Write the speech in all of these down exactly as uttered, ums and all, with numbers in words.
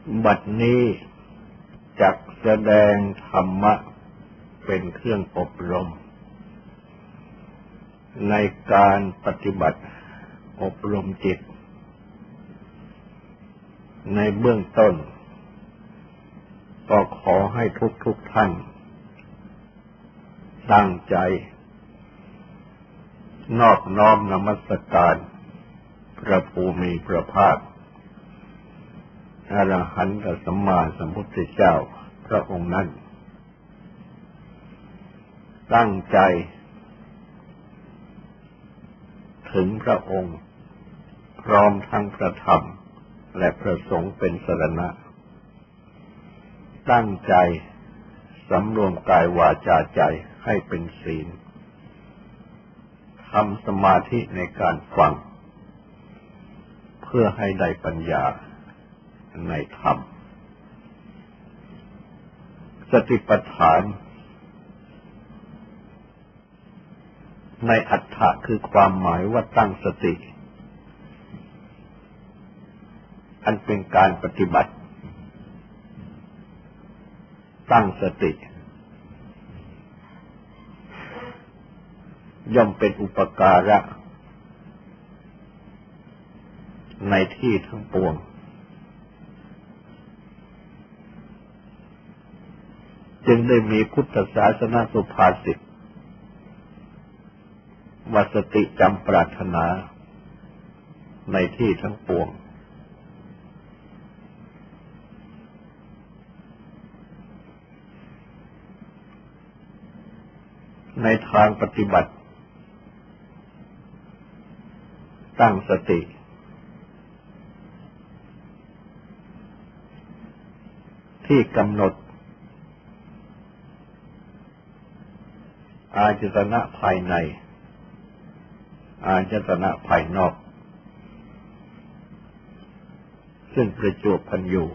บัดนี้จักแสดงธรรมะเป็นเครื่องอบรมในการปฏิบัติอบรมจิตในเบื้องต้นก็ขอให้ทุกทุกท่านตั้งใจนอบน้อมนมัสการพระภูมิพระภาคอรหันตสัมมาสัมพุทธเจ้าพระองค์นั้นตั้งใจถึงพระองค์พร้อมทั้งพระธรรมและพระสงฆ์เป็นสรณะตั้งใจสำรวมกายวาจาใจให้เป็นศีลทำสมาธิในการฟังเพื่อให้ได้ปัญญาในธรรมสติปัฏฐานในอรรถะคือความหมายว่าตั้งสติอันเป็นการปฏิบัติตั้งสติย่อมเป็นอุปการะในที่ทั้งปวงจึงได้มีพุทธศาสนาสุภาษิตว่าสติจำปรารถนาในที่ทั้งปวงในทางปฏิบัติตั้งสติที่กำหนดอายตนะภายในอายตนะภายนอกซึ่งประจวบกันอยู่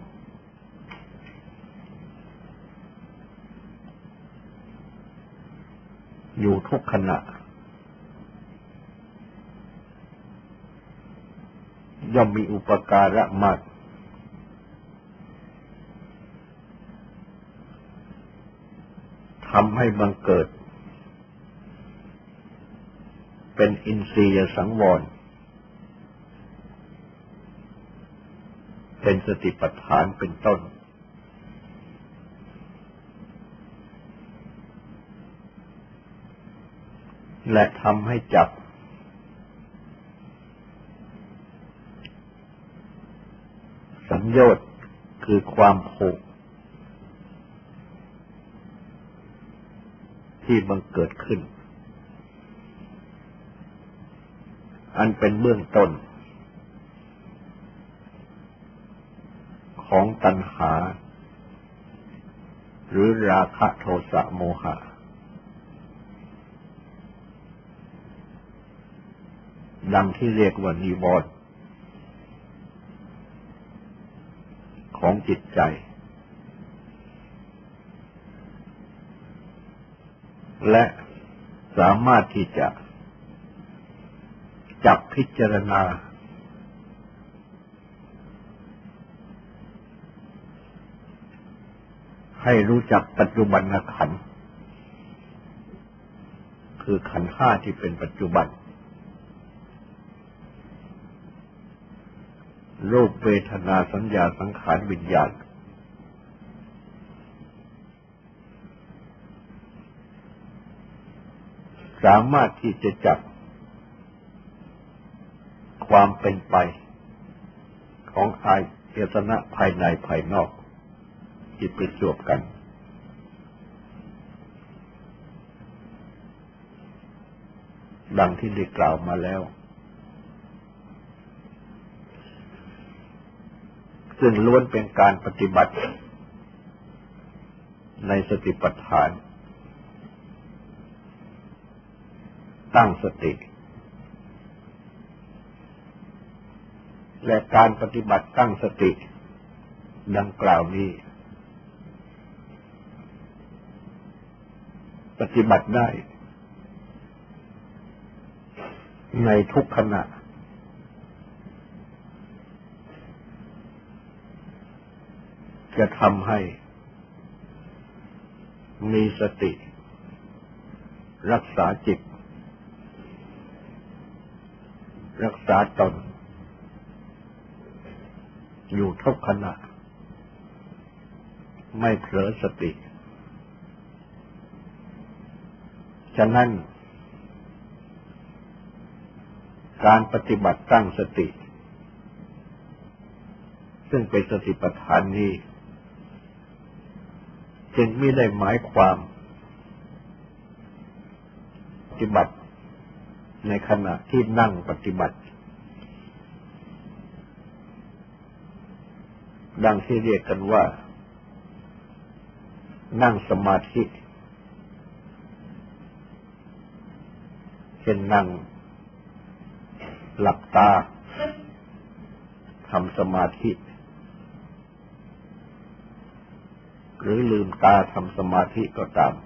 อยู่ทุกขณะย่อมมีอุปการะมากทำให้บังเกิดเป็นอินทรียสังวรเป็นสติปัฏฐานเป็นต้นและทำให้จับสัญโยชน์คือความผูกที่บังเกิดขึ้นอันเป็นเบื้องต้นของตัณหาหรือราคะโทสะโมหะดังที่เรียกว่านิวรณ์ของจิตใจและสามารถที่จะจับพิจารณาให้รู้จักปัจจุบันขันธ์คือขันธ์ห้าที่เป็นปัจจุบันรูปเวทนาสัญญาสังขารวิญญาณสามารถที่จะจับความเป็นไปของอายตนะภายในภายนอกที่ประจวบกันดังที่ได้กล่าวมาแล้วซึ่งล้วนเป็นการปฏิบัติในสติปัฏฐานตั้งสติและการปฏิบัติตั้งสติดังกล่าวนี้ปฏิบัติได้ในทุกขณะจะทำให้มีสติรักษาจิตรักษาตนอยู่ทุกขณะไม่เผลอสติฉะนั้นการปฏิบัติตั้งสติซึ่งเป็นสติปัฏฐานนี้จึงไม่ได้หมายความปฏิบัติในขณะที่นั่งปฏิบัติดังที่เรียกกันว่านั่งสมาธิเช่นนั่งหลับตาทำสมาธิหรือลืมตาทำสมาธิก็ตาม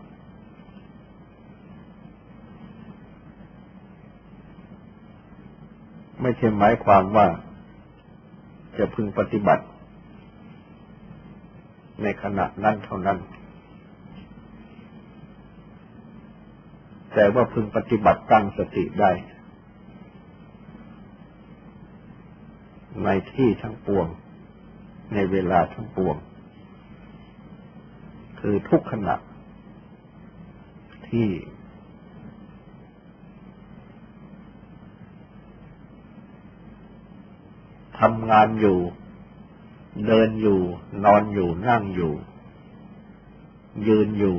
ไม่ใช่หมายความว่าจะพึงปฏิบัติในขณะนั้นเท่านั้นแต่ว่าพึงปฏิบัติตั้งสติได้ในที่ทั้งปวงในเวลาทั้งปวงคือทุกขณะที่ทำงานอยู่เดินอยู่นอนอยู่นั่งอยู่ยืนอยู่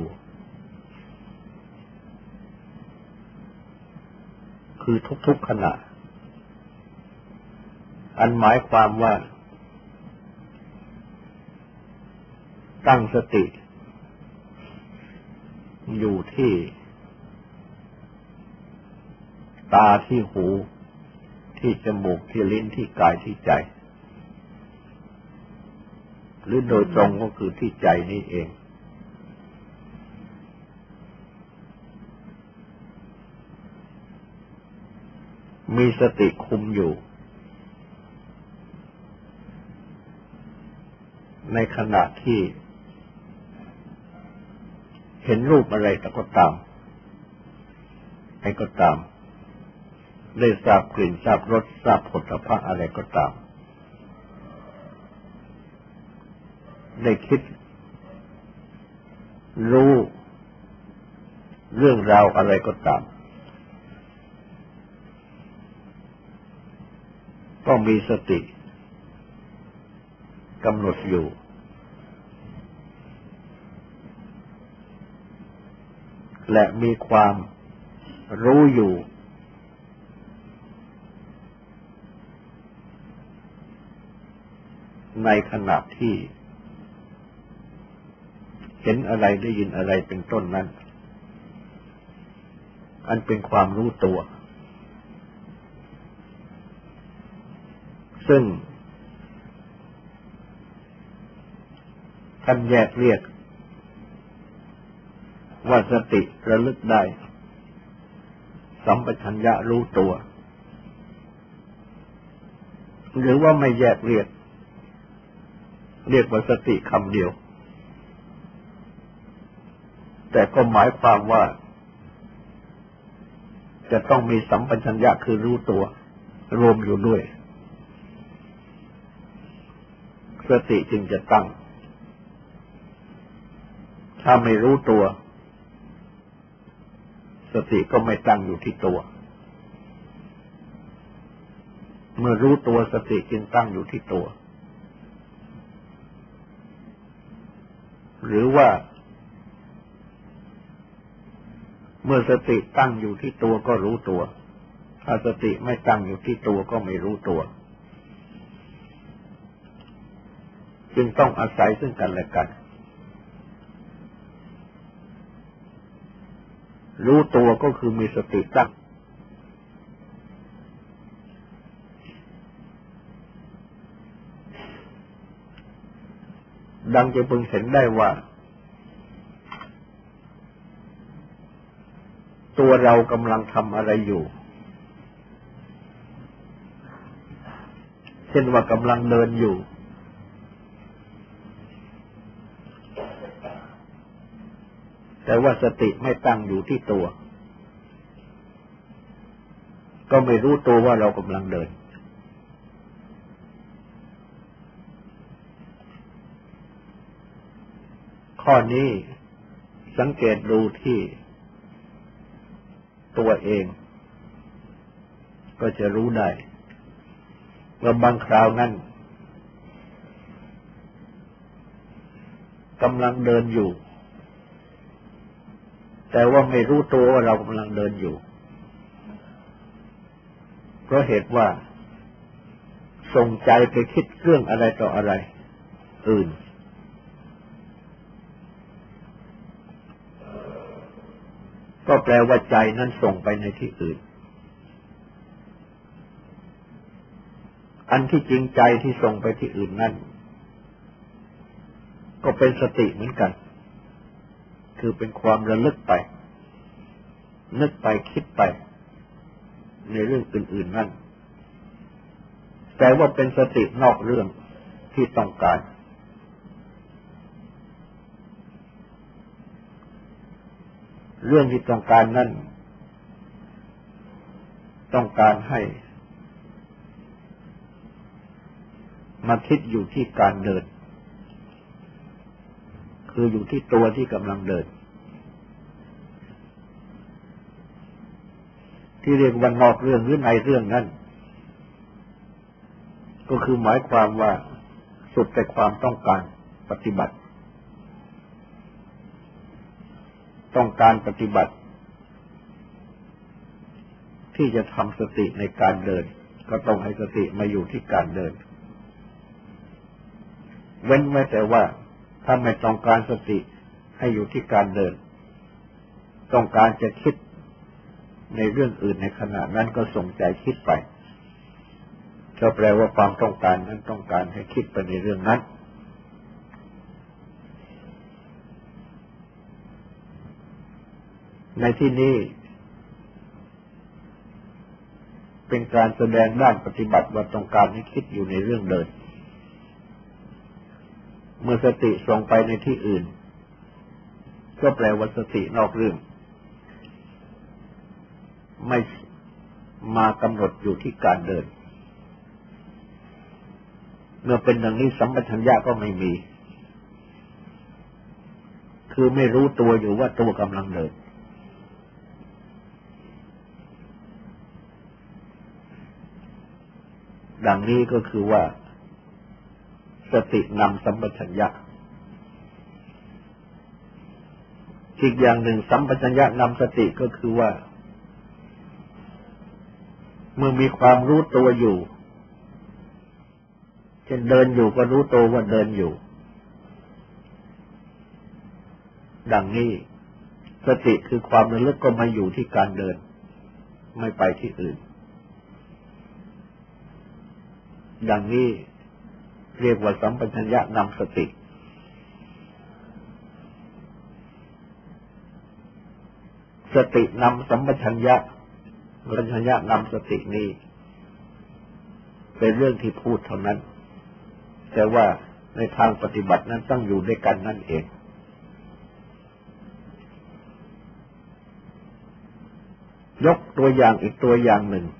คือทุกๆขณะอันหมายความว่าตั้งสติอยู่ที่ตาที่หูที่จมูกที่ลิ้นที่กายที่ใจหรือโดยตรงก็คือที่ใจนี้เองมีสติคุมอยู่ในขณะที่เห็นรูปอะไรก็ตามให้ก็ตามได้ทราบกลิ่นทราบรสทราบผลพระอะไรก็ตามได้คิดรู้เรื่องราวอะไรก็ตามก็มีสติกำหนดอยู่และมีความรู้อยู่ในขณะที่เห็นอะไรได้ยินอะไรเป็นต้นนั้นอันเป็นความรู้ตัวซึ่งท่านแยกเรียกว่าสติระลึกได้สัมปชัญญะรู้ตัวหรือว่าไม่แยกเรียกเรียกว่าสติคำเดียวแต่ก็หมายความว่าจะต้องมีสัมปชัญญะคือรู้ตัวรวมอยู่ด้วยสติจึงจะตั้งถ้าไม่รู้ตัวสติก็ไม่ตั้งอยู่ที่ตัวเมื่อรู้ตัวสติจึงตั้งอยู่ที่ตัวหรือว่าเมื่อสติตั้งอยู่ที่ตัวก็รู้ตัวถ้าสติไม่ตั้งอยู่ที่ตัวก็ไม่รู้ตัวจึงต้องอาศัยซึ่งกันและกันรู้ตัวก็คือมีสติตั้งดังจะพึงเห็นได้ว่าตัวเรากำลังทำอะไรอยู่เช่นว่ากำลังเดินอยู่แต่ว่าสติไม่ตั้งอยู่ที่ตัวก็ไม่รู้ตัวว่าเรากำลังเดินข้อนี้สังเกตดูที่ตัวเองก็จะรู้ได้ว่าบางคราวนั้นกำลังเดินอยู่แต่ว่าไม่รู้ตัวว่าเรากำลังเดินอยู่เพราะเหตุว่าส่งใจไปคิดเรื่องอะไรต่ออะไรอื่นก็แปลว่าใจนั้นส่งไปในที่อื่นอันที่จริงใจที่ส่งไปที่อื่นนั่นก็เป็นสติเหมือนกันคือเป็นความระลึกไปนึกไปคิดไปในเรื่องอื่นๆนั่นแต่ว่าเป็นสตินอกเรื่องที่ต้องการเรื่องที่ต้องการนั้นต้องการให้มาคิดอยู่ที่การเดินคืออยู่ที่ตัวที่กำลังเดินที่เรียกว่านอกเรื่องหรือในเรื่องนั้นก็คือหมายความว่าสุดแต่ความต้องการปฏิบัติต้องการปฏิบัติที่จะทำสติในการเดินก็ต้องให้สติมาอยู่ที่การเดินเว้นไว้แต่ว่าถ้าไม่ต้องการสติให้อยู่ที่การเดินต้องการจะคิดในเรื่องอื่นในขณะนั้นก็ส่งใจคิดไปก็แปลว่าความต้องการนั้นต้องการให้คิดไปในเรื่องนั้นในที่นี้เป็นการแสดงด้านปฏิบัติว่าต้องการให้คิดอยู่ในเรื่องเดินเมื่อสติส่งไปในที่อื่นก็แปลว่าสตินอกเรื่องไม่มากำหนดอยู่ที่การเดินเมื่อเป็นดังนี้สัมปชัญญะก็ไม่มีคือไม่รู้ตัวอยู่ว่าตัวกำลังเดินดังนี้ก็คือว่าสตินำสัมปชัญญะอีกอย่างหนึ่งสัมปชัญญะนำสติก็คือว่าเมื่อมีความรู้ตัวอยู่เช่นเดินอยู่ก็รู้ตัวว่าเดินอยู่ดังนี้สติคือความระลึกก็มาอยู่ที่การเดินไม่ไปที่อื่นดังนี้เรียกว่าสัมปชัญญะนำสติสตินำสัมปชัญญะสัมปชัญญะนำสตินี้เป็นเรื่องที่พูดเท่านั้นแต่ว่าในทางปฏิบัตินั้นต้องอยู่ด้วยกันนั่นเองยกตัวอย่างอีกตัวอย่างหนึ่ง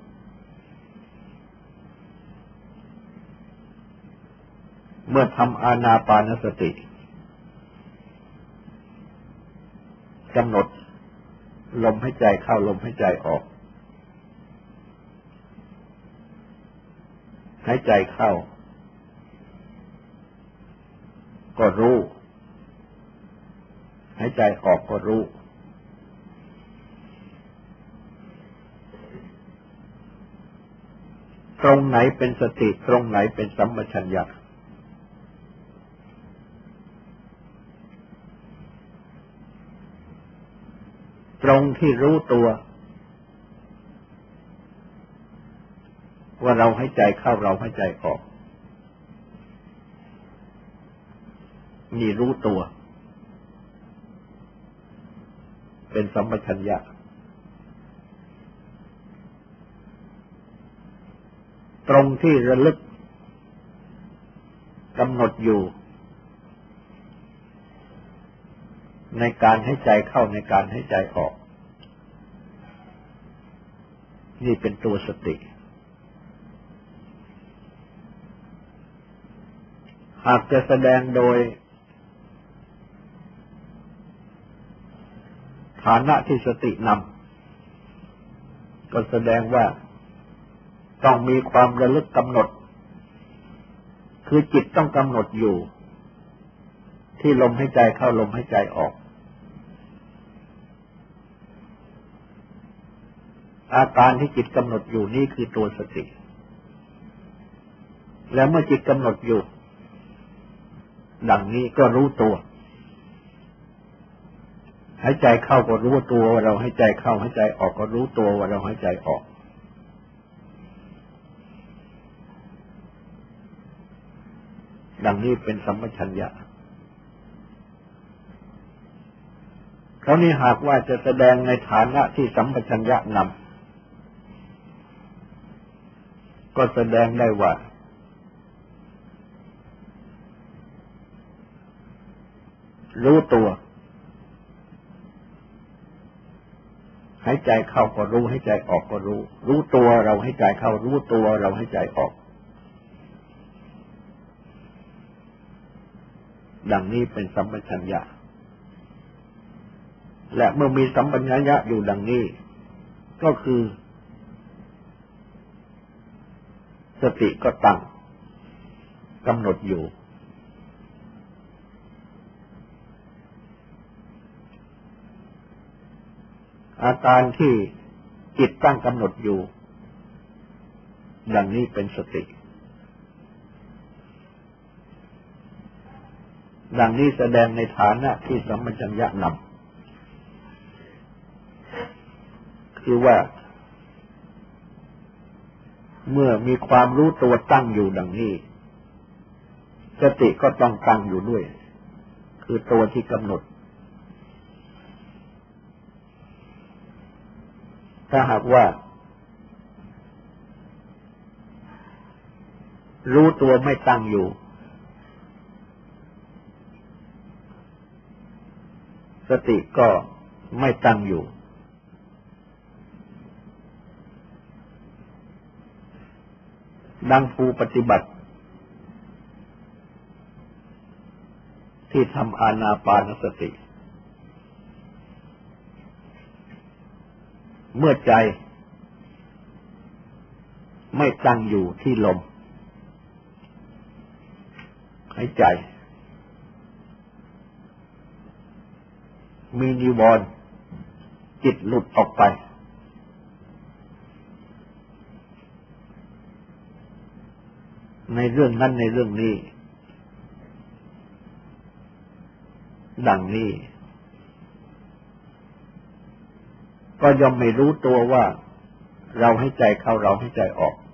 เมื่อทำอานาปานสติกำหนดลมหายใจเข้าลมหายใจออกหายใจเข้าก็รู้หายใจออกก็รู้ตรงไหนเป็นสติตรงไหนเป็นสัมปชัญญะตรงที่รู้ตัวว่าเราหายใจเข้าเราหายใจออกมีรู้ตัวเป็นสัมปชัญญะตรงที่ระลึกกำหนดอยู่ในการให้ใจเข้าในการให้ใจออกนี่เป็นตัวสติหากจะแสดงโดยฐานะที่สตินำก็แสดงว่าต้องมีความระลึกกำหนดคือจิตต้องกำหนดอยู่ที่ลมหายใจเข้าลมหายใจออกอาการที่จิตกำหนดอยู่นี่คือตัวสติแล้วเมื่อจิตกำหนดอยู่ดังนี้ก็รู้ตัวหายใจเข้าก็รู้ตัวว่าเราหายใจเข้าหายใจออกก็รู้ตัวว่าเราหายใจออกดังนี้เป็นสัมปชัญญะคราวนี้หากว่าจะแสดงในฐานะที่สัมปชัญญะนำก็แสดงได้ว่ารู้ตัวหายใจเข้าก็รู้หายใจออกก็รู้รู้ตัวเราหายใจเข้ารู้ตัวเราหายใจออกดังนี้เป็นสัมปชัญญะและเมื่อมีสัมปชัญญะอยู่ดังนี้ก็คือสติก็ตั้งกำหนดอยู่อาการที่จิตตั้งกำหนดอยู่ดังนี้เป็นสติดังนี้แสดงในฐานะที่สัมปชัญญะนำคือว่าเมื่อมีความรู้ตัวตั้งอยู่ดังนี้สติก็ต้องตั้งอยู่ด้วยคือตัวที่กำหนดถ้าหากว่ารู้ตัวไม่ตั้งอยู่สติก็ไม่ตั้งอยู่ดังผู้ปฏิบัติที่ทำอานาปานสติเมื่อใจไม่ตั้งอยู่ที่ลมหายใจมีนิวรณ์จิตหลุดออกไปในเรื่องนั้นในเรื่องนี้ดังนี้ก็ย่อมไม่รู้ตัวว่าเราให้ใจเข้าเราให้ใจออก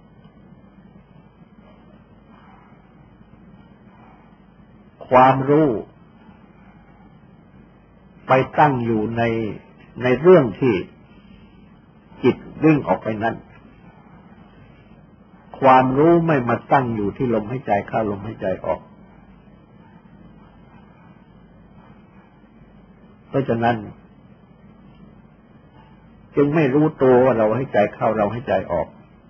ความรู้ไปตั้งอยู่ในในเรื่องที่จิตวิ่งออกไปนั้นความรู้ไม่มาตั้งอยู่ที่ลมหายใจเข้าลมหายใจออกเพราะฉะนั้นจึงไม่รู้ตัวว่าเราให้ใจเข้าเราให้ใจออก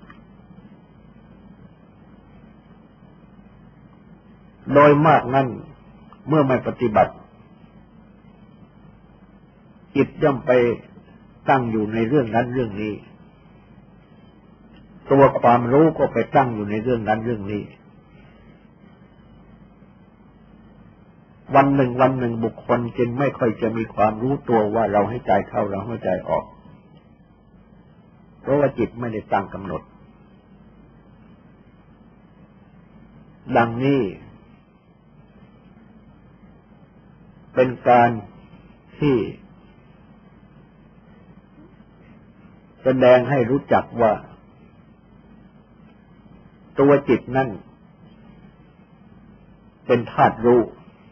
โดยมากนั้นเมื่อไม่ปฏิบัติจิตย่อมไปตั้งอยู่ในเรื่องนั้นเรื่องนี้ตัวความรู้ก็ไปตั้งอยู่ในเรื่องนั้นเรื่องนี้วันหนึ่งวันหนึ่งบุคคลจึงไม่ค่อยจะมีความรู้ตัวว่าเราให้ใจเข้าเราให้ใจออกเพราะว่าจิตไม่ได้ตั้งกำหนดดังนี้เป็นการที่แสดงให้รู้จักว่าตัวจิตนั่นเป็นธาตุรู้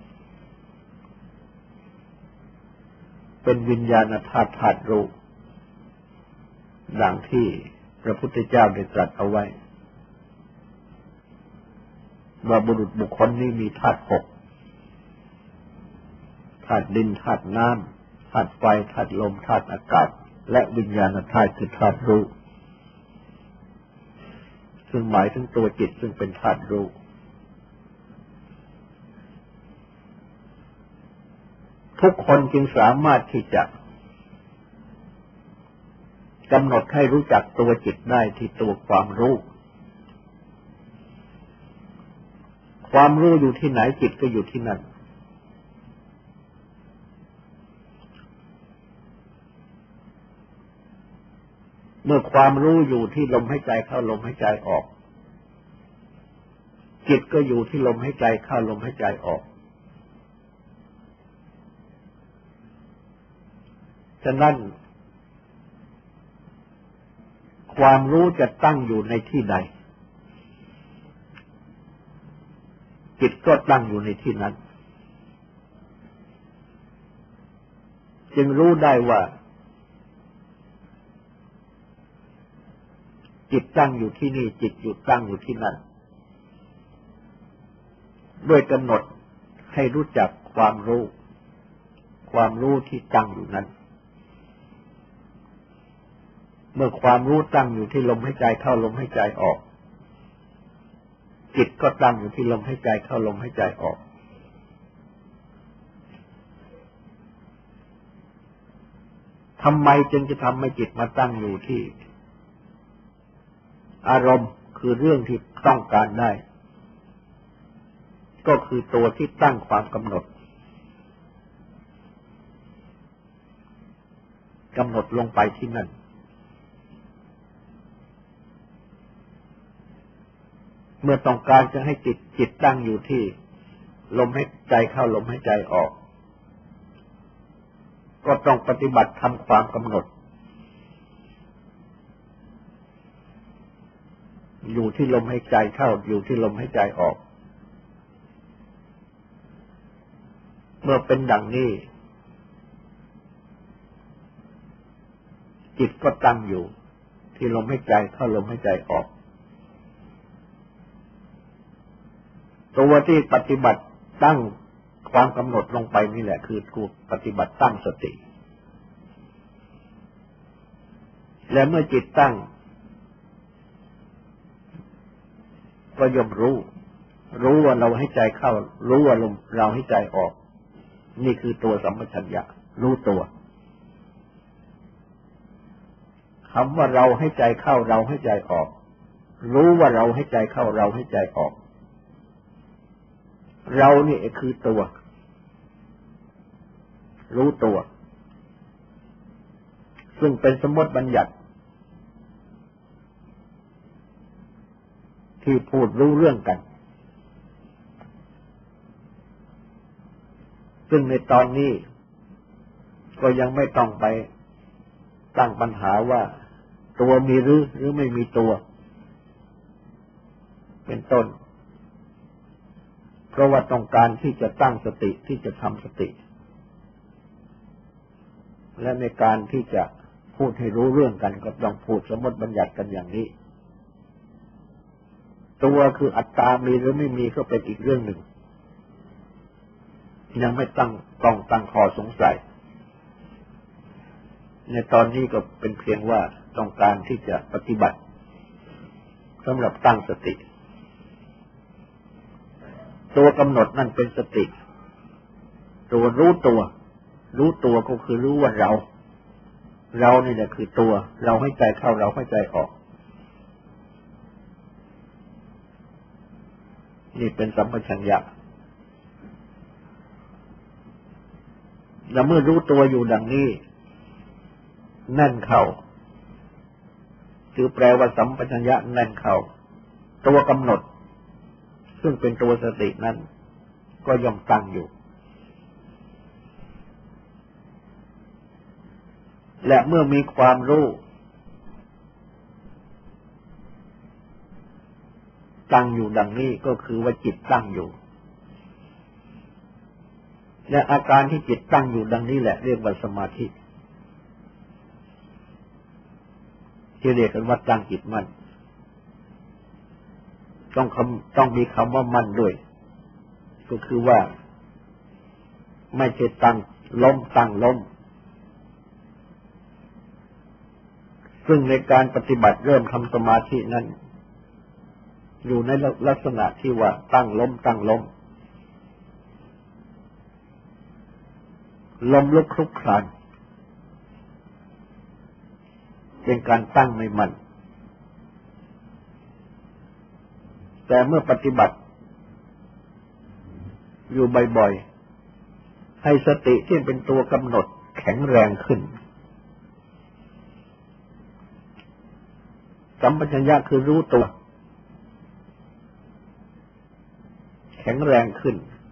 เป็นวิญญาณธาตุธาตุรู้ดังที่พระพุทธเจ้าได้ตรัสเอาไว้ว่าบุรุษบุคคลนี้มีธาตุหกธธาตุดินธาตุน้ำธาตุไฟธาตุลมธาตุอากาศและวิญญาณธาตุคือธาตุรู้ซึ่งหมายถึงตัวจิตซึ่งเป็นธาตุรู้ทุกคนจึงสามารถที่จะกำหนดให้รู้จักตัวจิตได้ที่ตัวความรู้ความรู้อยู่ที่ไหนจิตก็อยู่ที่นั่นเมื่อความรู้อยู่ที่ลมหายใจเข้าลมหายใจออกจิตก็อยู่ที่ลมหายใจเข้าลมหายใจออกฉะนั้นความรู้จะตั้งอยู่ในที่ใดจิตก็ตั้งอยู่ในที่นั้นจึงรู้ได้ว่าจิตตั้งอยู่ที่นี่จิตอยู่ตั้งอยู่ที่นั่นด้วยกำหนดให้รู้จักความรู้ความรู้ที่ตั้งอยู่นั้นเมื่อความรู้ตั้งอยู่ที่ลมหายใจเข้าลมหายใจออกจิตก็ตั้งอยู่ที่ลมหายใจเข้าลมหายใจออกทำไมจึงจะทำให้จิตมาตั้งอยู่ที่อารมณ์คือเรื่องที่ต้องการได้ก็คือตัวที่ตั้งความกำหนดกำหนดลงไปที่นั่นเมื่อต้องการจะให้จิตจิตตั้งอยู่ที่ลมหายใจเข้าลมหายใจออกก็ต้องปฏิบัติทำความกำหนดอยู่ที่ลมหายใจเข้าอยู่ที่ลมหายใจออกเมื่อเป็นดังนี้จิตก็ตั้งอยู่ที่ลมหายใจเข้าลมหายใจออกตัวที่ปฏิบัติตั้งความกำหนดลงไปนี่แหละคือตัวปฏิบัติตั้งสติและเมื่อจิตตั้งก็ย่อมรู้รู้ว่าเราให้ใจเข้ารู้ว่าเราให้ใจออกนี่คือตัวสัมปชัญญะรู้ตัวคำว่าเราให้ใจเข้าเราให้ใจออกรู้ว่าเราให้ใจเข้าเราให้ใจออกเรานี่คือตัวรู้ตัวซึ่งเป็นสมมติบัญญัติที่พูดรู้เรื่องกันซึ่งในตอนนี้ก็ยังไม่ต้องไปตั้งปัญหาว่าตัวมีหรือหรือไม่มีตัวเป็นต้นเพราะว่าต้องการที่จะตั้งสติที่จะทำสติและในการที่จะพูดให้รู้เรื่องกันก็ต้องพูดสมมติบัญญัติกันอย่างนี้ตัวคืออัตตามีหรือไม่มีก็เป็นอีกเรื่องหนึ่งยังไม่ตั้งต้องตั้งข้อสงสัยในตอนนี้ก็เป็นเพียงว่าต้องการที่จะปฏิบัติสำหรับตั้งสติตัวกำหนดนั่นเป็นสติตัวรู้ตัวรู้ตัวก็คือรู้ว่าเราเรานี่แหละคือตัวเราให้ใจเข้าเราให้ใจออกนี่เป็นสัมปชัญญะและเมื่อรู้ตัวอยู่ดังนี้แน่นเข้าคือแปลว่าสัมปชัญญะแน่นเข้าตัวกำหนดซึ่งเป็นตัวสตินั้นก็ย่อมตั้งอยู่และเมื่อมีความรู้ตั้งอยู่ดังนี้ก็คือว่าจิตตั้งอยู่และอาการที่จิตตั้งอยู่ดังนี้แหละเรียกว่าสมาธิที่เรียกกันว่าตั้งจิตมั่นต้องคำต้องมีคำว่ามั่นด้วยก็คือว่าไม่ใช่ตั้งล้มตั้งล้มซึ่งในการปฏิบัติเริ่มทำสมาธินั้นอยู่ในลักษณะที่ว่าตั้งล้มตั้งล้มล้มลุกคลุกคลานเป็นการตั้งไม่มั่นแต่เมื่อปฏิบัติอยู่บ่อยๆให้สติที่เป็นตัวกำหนดแข็งแรงขึ้นสัมปชัญญะคือรู้ตัวแข็งแรงขึ้น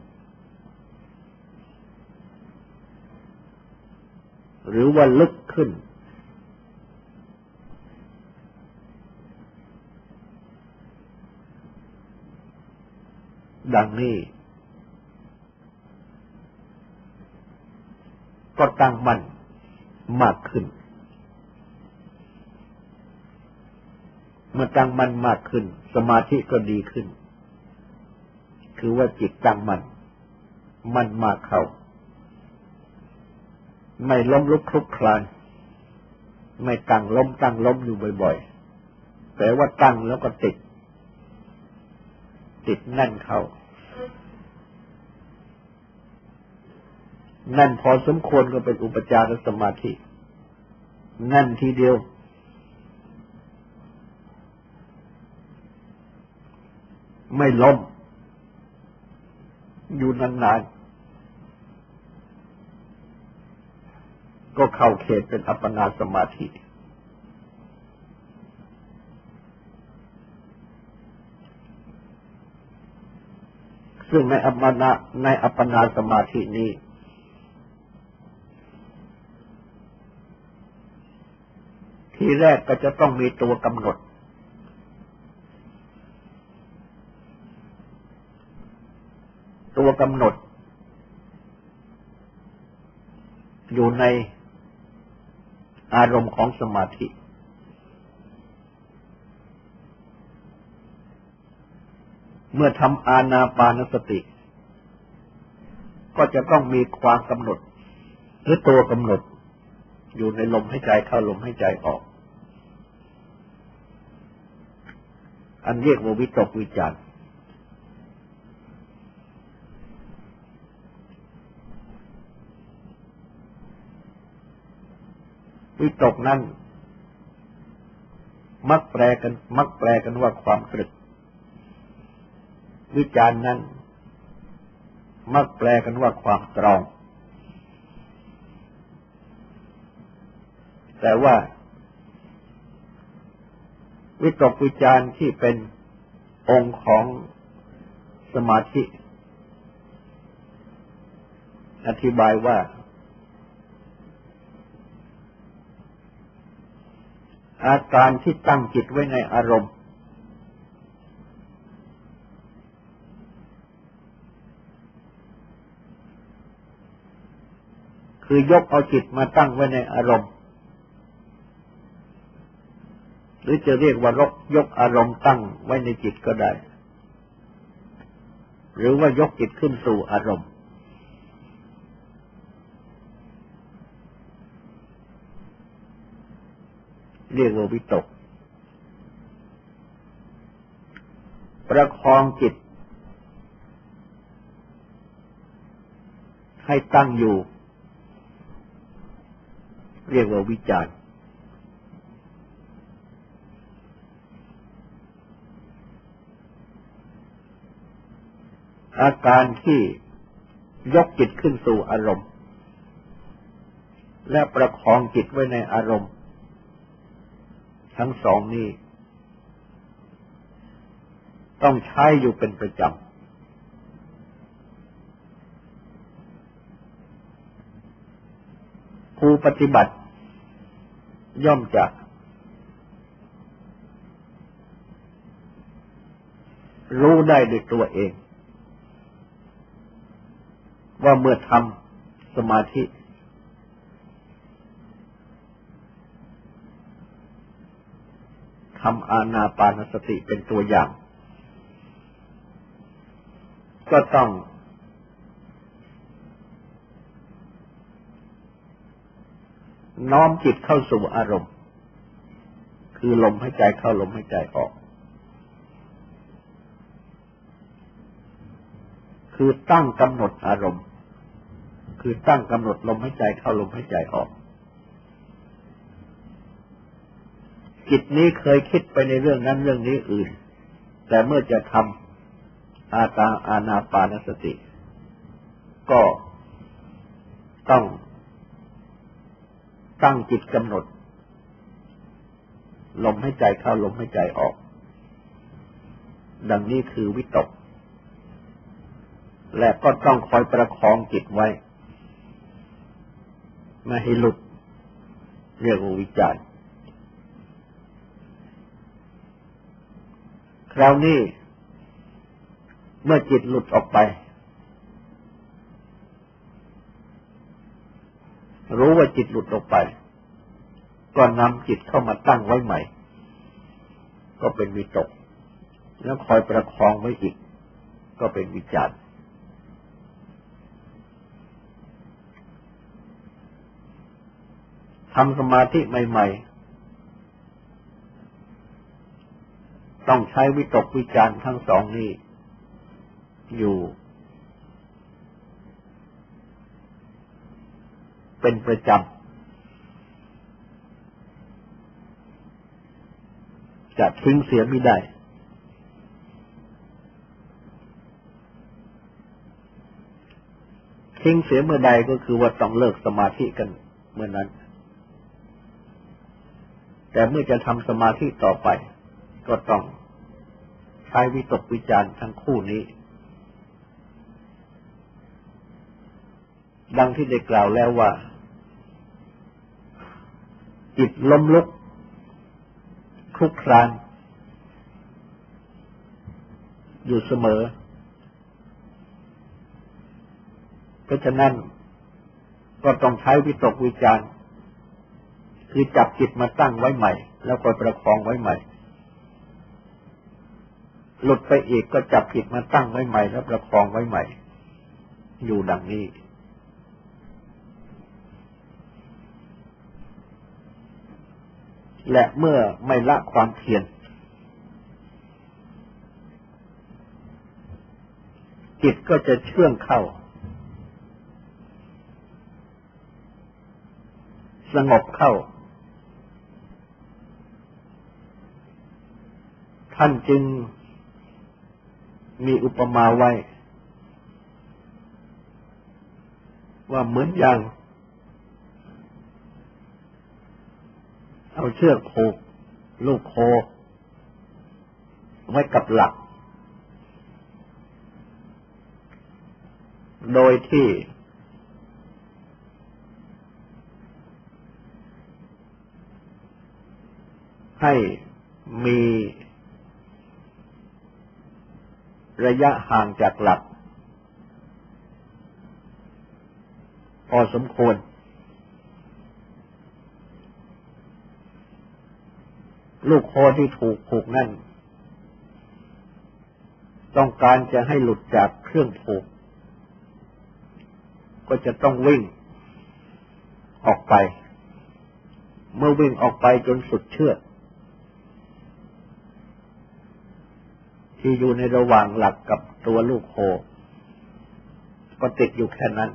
หรือว่าลึกขึ้นดังนี้ก็ตั้งมั่นมากขึ้นเมื่อตั้งมั่นมากขึ้นสมาธิก็ดีขึ้นคือว่าจิตตั้งมั่นมั่นมากเข้าไม่ล้มลุกคลุกคลานไม่ตั้งล้มตั้งล้มอยู่บ่อยๆแต่ว่าตั้งแล้วก็ติดติดแน่นเข้าแน่นพอสมควรก็เป็นอุปจารสมาธิแน่นทีเดียวไม่ล้มอยู่นานๆก็เข้าเขตเป็นอัปปนาสมาธิซึ่งในอัปปนาในอัปปนาสมาธินี้ที่แรกก็จะต้องมีตัวกำหนดตัวกำหนดอยู่ในอารมณ์ของสมาธิเมื่อทำอานาปานสติก็จะต้องมีความกำหนดหรือตัวกำหนดอยู่ในลมหายใจเข้าลมหายใจออกอันเรียกว่าวิตกวิจารวิตกนั้นมักแปลกันมักแปลกันว่าความตรึกวิจารนั้นมักแปลกันว่าความตรองแต่ว่าวิตกวิจารที่เป็นองค์ของสมาธิอธิบายว่าอาการที่ตั้งจิตไว้ในอารมณ์คือยกเอาจิตมาตั้งไว้ในอารมณ์หรือจะเรียกว่ายกอารมณ์ตั้งไว้ในจิตก็ได้หรือว่ายกจิตขึ้นสู่อารมณ์เรียกว่าวิตกประคองจิตให้ตั้งอยู่เรียกว่าวิจารอาการที่ยกจิตขึ้นสู่อารมณ์และประคองจิตไว้ในอารมณ์ทั้งสองนี้ต้องใช้อยู่เป็นประจำผู้ปฏิบัติย่อมจะรู้ได้ด้วยตัวเองว่าเมื่อทำสมาธิทำอานาปานสติเป็นตัวอย่างก็ต้องน้อมจิตเข้าสู่อารมณ์คือลมหายใจเข้าลมหายใจออกคือตั้งกำหนดอารมณ์คือตั้งกำหนดลมหายใจเข้าลมหายใจออกจิตนี้เคยคิดไปในเรื่องนั้นเรื่องนี้อื่นแต่เมื่อจะทำอาตาอานาปานสติก็ต้องตั้งจิตกำหนดลมหายใจเข้าลมหายใจออกดังนี้คือวิตกและก็ต้องคอยประคองจิตไว้ไม่ให้หลุดเรียกว่าวิจารคราวนี้เมื่อจิตหลุดออกไปรู้ว่าจิตหลุดออกไปก็นำจิตเข้ามาตั้งไว้ใหม่ก็เป็นวิตกแล้วคอยประคองไว้อีกก็เป็นวิจารทำสมาธิใหม่ๆต้องใช้วิตกวิจารทั้งสองนี้อยู่เป็นประจำจะทิ้งเสียไม่ได้ทิ้งเสียเมื่อใดก็คือว่าต้องเลิกสมาธิกันเมื่อนั้นแต่เมื่อจะทำสมาธิต่อไปก็ต้องใช้วิตกวิจารทั้งคู่นี้ดังที่ได้กล่าวแล้วว่าจิตล้มลุกคลุกคลานอยู่เสมอเพราะฉะนั้นก็ต้องใช้วิตกวิจารคือจับจิตมาตั้งไว้ใหม่แล้วคอยประคองไว้ใหม่หลุดไปอีกก็จับจิตมาตั้งไว้ใหม่แล้วประคองไว้ใหม่อยู่ดังนี้และเมื่อไม่ละความเพียรจิตก็จะเชื่องเข้าสงบเข้าท่านจึงมีอุปมาไว้ว่าเหมือนอย่างเอาเชือกผูกลูกโคไว้กับหลักโดยที่ให้มีระยะห่างจากหลักพอสมควรลูกโคที่ถูกผูกนั่นต้องการจะให้หลุดจากเครื่องผูกก็จะต้องวิ่งออกไปเมื่อวิ่งออกไปจนสุดเชือกที่อยู่ในระหว่างหลักกับตัวลูกโคก็ติดอยู่แค่นั้น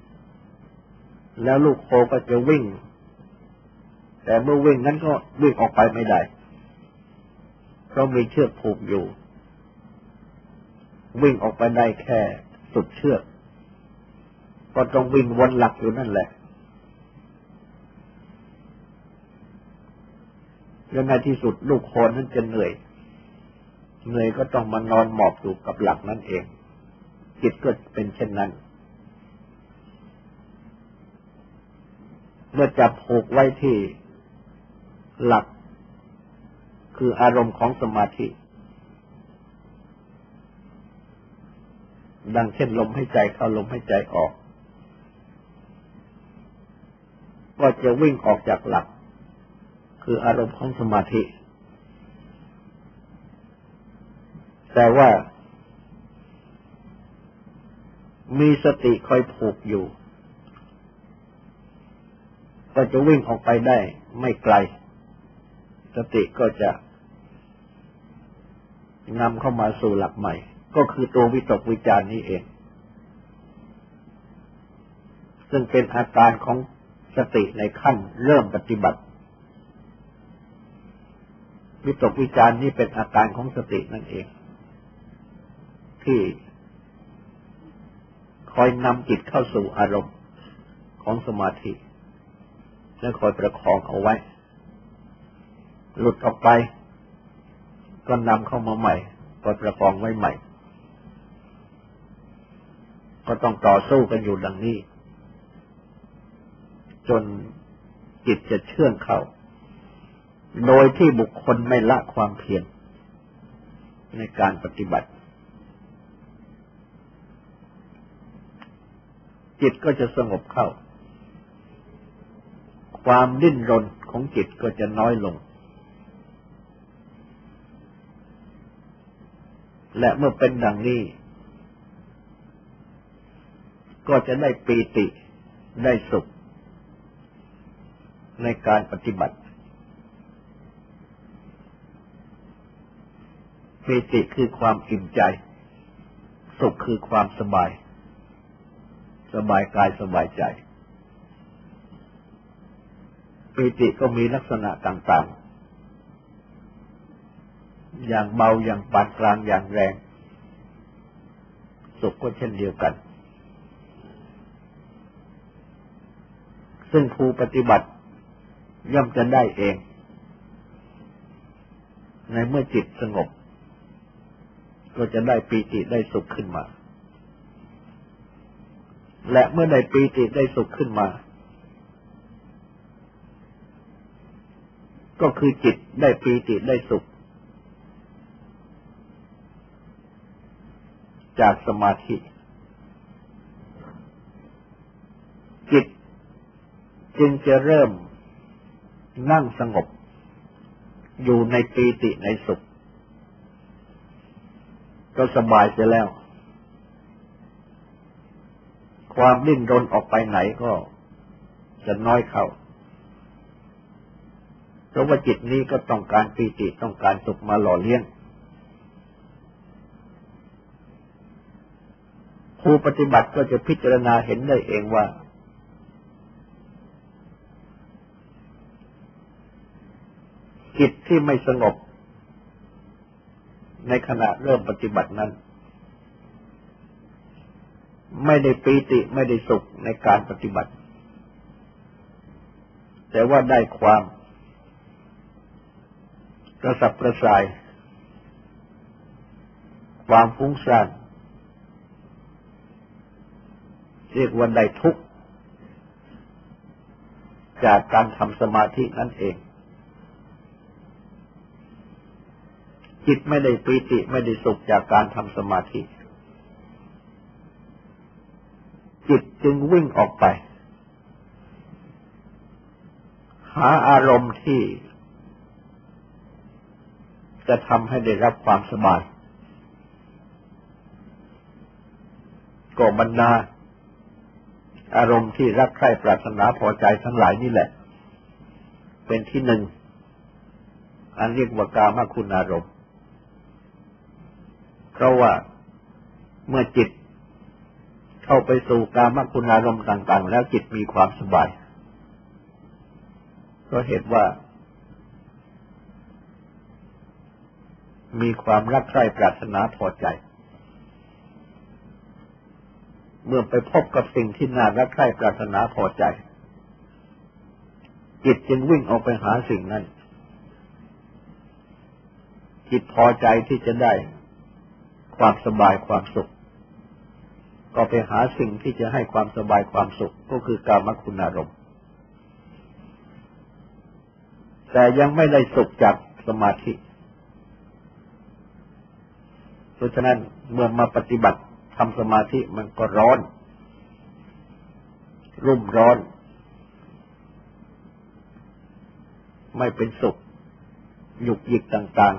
แล้วลูกโคก็จะวิ่งแต่เมื่อวิ่งนั้นก็วิ่งออกไปไม่ได้เพราะมีเชือกผูกอยู่วิ่งออกไปได้แค่สุดเชือกก็ต้องวิ่งวนหลักอยู่นั่นแหละแล้วในที่สุดลูกโคนั้นจะเหนื่อยเหนื่อยก็ต้องมานอนหมอบอยู่กับหลักนั่นเองจิตก็เป็นเช่นนั้นเมื่อจับผูกไว้ที่หลักคืออารมณ์ของสมาธิดังเช่นลมหายใจเข้าลมหายใจออกก็จะวิ่งออกจากหลักคืออารมณ์ของสมาธิแต่ว่ามีสติคอยผูกอยู่ก็จะวิ่งออกไปได้ไม่ไกลสติก็จะนำเข้ามาสู่หลักใหม่ก็คือตัววิตกวิจารนี้เองซึ่งเป็นอาการของสติในขั้นเริ่มปฏิบัติวิตกวิจารนี้เป็นอาการของสตินั่นเองที่คอยนำจิตเข้าสู่อารมณ์ของสมาธิและคอยประคองเอาไว้หลุดออกไปก็นำเข้ามาใหม่คอยประคองไว้ใหม่ก็ต้องต่อสู้กันอยู่ดังนี้จนจิตจะเชื่องเข้าโดยที่บุคคลไม่ละความเพียรในการปฏิบัติจิตก็จะสงบเข้าความดิ้นรนของจิตก็จะน้อยลงและเมื่อเป็นดังนี้ก็จะได้ปีติได้สุขในการปฏิบัติปีติคือความอิ่มใจสุขคือความสบายสบายกายสบายใจปีติก็มีลักษณะต่างๆอย่างเบาอย่างปานกลางอย่างแรงสุขก็เช่นเดียวกันซึ่งผู้ปฏิบัติย่อมจะได้เองในเมื่อจิตสงบก็จะได้ปีติได้สุขขึ้นมาและเมื่อได้ปีติได้สุขขึ้นมาก็คือจิตได้ปีติได้สุขจากสมาธิจิตจึงจะเริ่มนั่งสงบอยู่ในปีติในสุขก็สบายเสียแล้วความดิ้นรนออกไปไหนก็จะน้อยเข้าเพราะว่าจิตนี้ก็ต้องการปีติต้องการสุขมาหล่อเลี้ยงผู้ปฏิบัติก็จะพิจารณาเห็นได้เองว่าจิตที่ไม่สงบในขณะเริ่มปฏิบัตินั้นไม่ได้ปีติไม่ได้สุขในการปฏิบัติแต่ว่าได้ความกระสับกระส่ายความฟุ้งซ่านเรียกว่าได้ทุกข์จากการทำสมาธินั่นเองจิตไม่ได้ปีติไม่ได้สุขจากการทำสมาธิจิตจึงวิ่งออกไปหาอารมณ์ที่จะทำให้ได้รับความสบายก็บรรดาอารมณ์ที่รักใคร่ปรารถนาพอใจทั้งหลายนี่แหละเป็นที่หนึ่งอันเรียกว่ากามคุณอารมณ์เพราะว่าเมื่อจิตเข้าไปสู่กามคุณอารมณ์ต่างๆแล้วจิตมีความสบายก็เหตุว่ามีความรักใคร่ปรารถนาพอใจเมื่อไปพบกับสิ่งที่น่ารักใคร่ปรารถนาพอใจจิตจึงวิ่งออกไปหาสิ่งนั้นจิตพอใจที่จะได้ความสบายความสุขก็ไปหาสิ่งที่จะให้ความสบายความสุขก็คือกามคุณอารมณ์แต่ยังไม่ได้สุขจากสมาธิเพราะฉะนั้นเมื่อมาปฏิบัติทำสมาธิมันก็ร้อนรุ่มร้อนไม่เป็นสุขหยุกหยิกต่าง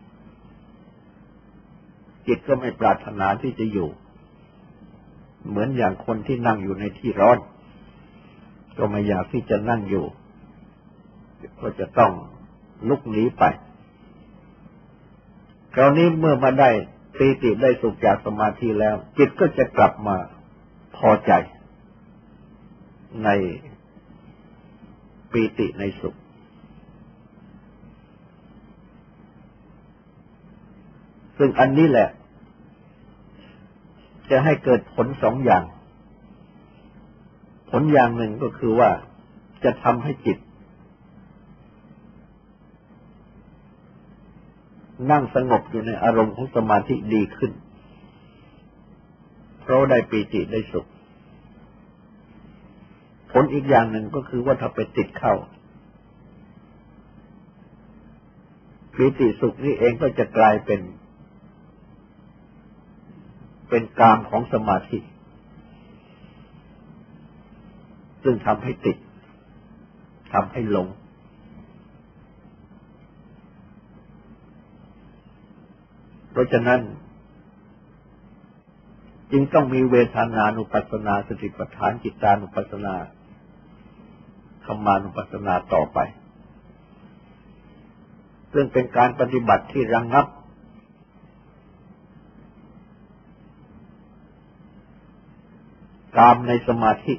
ๆจิตก็ไม่ปรารถนาที่จะอยู่เหมือนอย่างคนที่นั่งอยู่ในที่ร้อนก็ไม่อยากที่จะนั่งอยู่ก็จะต้องลุกหนีไปคราวนี้เมื่อมาได้ปีติได้สุขจากสมาธิแล้วจิตก็จะกลับมาพอใจในปีติในสุขซึ่งอันนี้แหละจะให้เกิดผลสองอย่างผลอย่างหนึ่งก็คือว่าจะทำให้จิตนั่งสงบอยู่ในอารมณ์ของสมาธิดีขึ้นเพราะได้ปีติได้สุขผลอีกอย่างหนึ่งก็คือว่าถ้าไปติดเข้าปีติสุขนี่เองก็จะกลายเป็นเป็นกามของสมาธิซึ่งทำให้ติดทำให้หลงเพราะฉะนั้นจึงต้องมีเวทนานุปัสสนาสติปัฏฐานจิตตานุปัสสนาธัมมานุปัสสนาต่อไปซึ่งเป็นการปฏิบัติที่ระงับกามในสมาธิ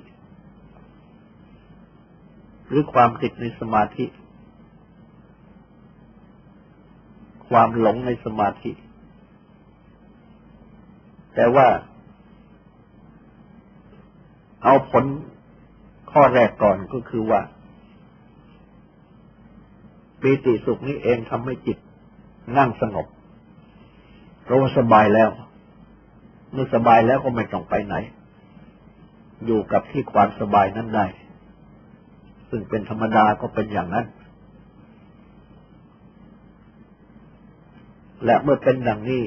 หรือความติดในสมาธิความหลงในสมาธิแต่ว่าเอาผลข้อแรกก่อนก็คือว่าปีติสุขนี้เองทำให้จิตนั่งสงบเพราะว่าสบายแล้วเมื่อสบายแล้วก็ไม่ต้องไปไหนอยู่กับที่ความสบายนั้นได้ซึ่งเป็นธรรมดาก็เป็นอย่างนั้นและเมื่อเป็นดังนี้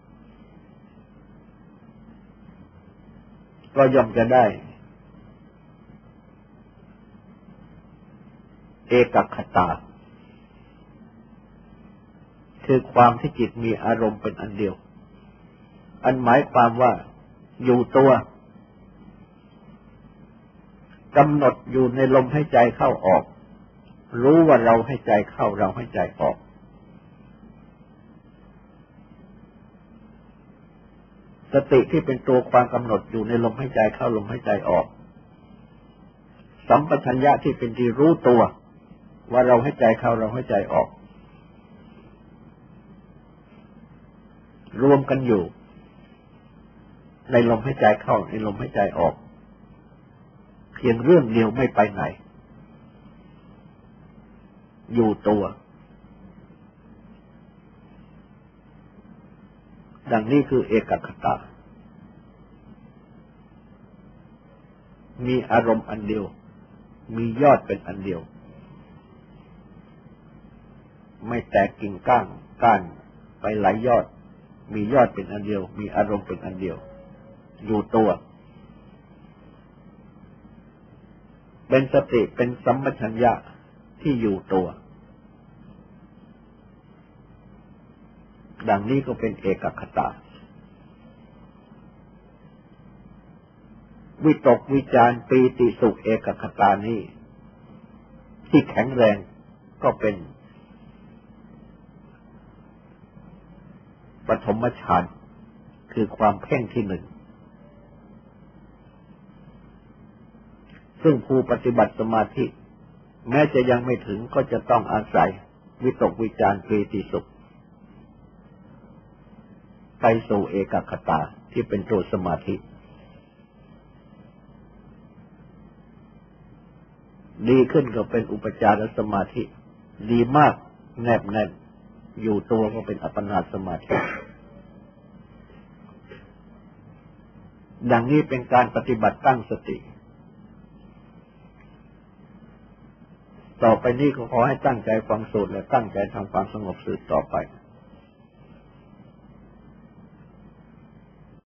ก็ย่อมจะได้เอกคตาคือความที่จิตมีอารมณ์เป็นอันเดียวอันหมายความว่าอยู่ตัวกำหนดอยู่ในลมให้ใจเข้าออกรู้ว่าเราให้ใจเข้าเราให้ใจออกสติที่เป็นตัวความกำหนดอยู่ในลมให้ใจเข้าลมให้ใจออกสัมปชัญญะที่เป็นที่รู้ตัวว่าเราให้ใจเข้าเราให้ใจออกรวมกันอยู่ในลมให้ใจเข้าในลมให้ใจออกเพียงเรื่องเดียวไม่ไปไหนอยู่ตัวดังนี้คือเอกคตามีอารมณ์อันเดียวมียอดเป็นอันเดียวไม่แตกกิ่งก้านก้านไปหลายยอดมียอดเป็นอันเดียวมีอารมณ์เป็นอันเดียวอยู่ตัวเป็นสติเป็นสัมปชัญญะที่อยู่ตัวดังนี้ก็เป็นเอกคตาวิตกวิจารปีติสุขเอกคตานี้ที่แข็งแรงก็เป็นปฐมฌานคือความเพ่งที่หนึ่งซึ่งผู้ปฏิบัติสมาธิแม้จะยังไม่ถึงก็จะต้องอาศัยวิตกวิจารปีติสุขไปสู่เอกคตาที่เป็นตัวสมาธิดีขึ้นก็เป็นอุปจารสมาธิดีมากแนบแน่นอยู่ตัวก็เป็นอัปปนาสมาธิดังนี้เป็นการปฏิบัติตั้งสติต่อไปนี้ก็ขอให้ตั้งใจฟังสูตรและตั้งใจทำความสงบสืบต่อไป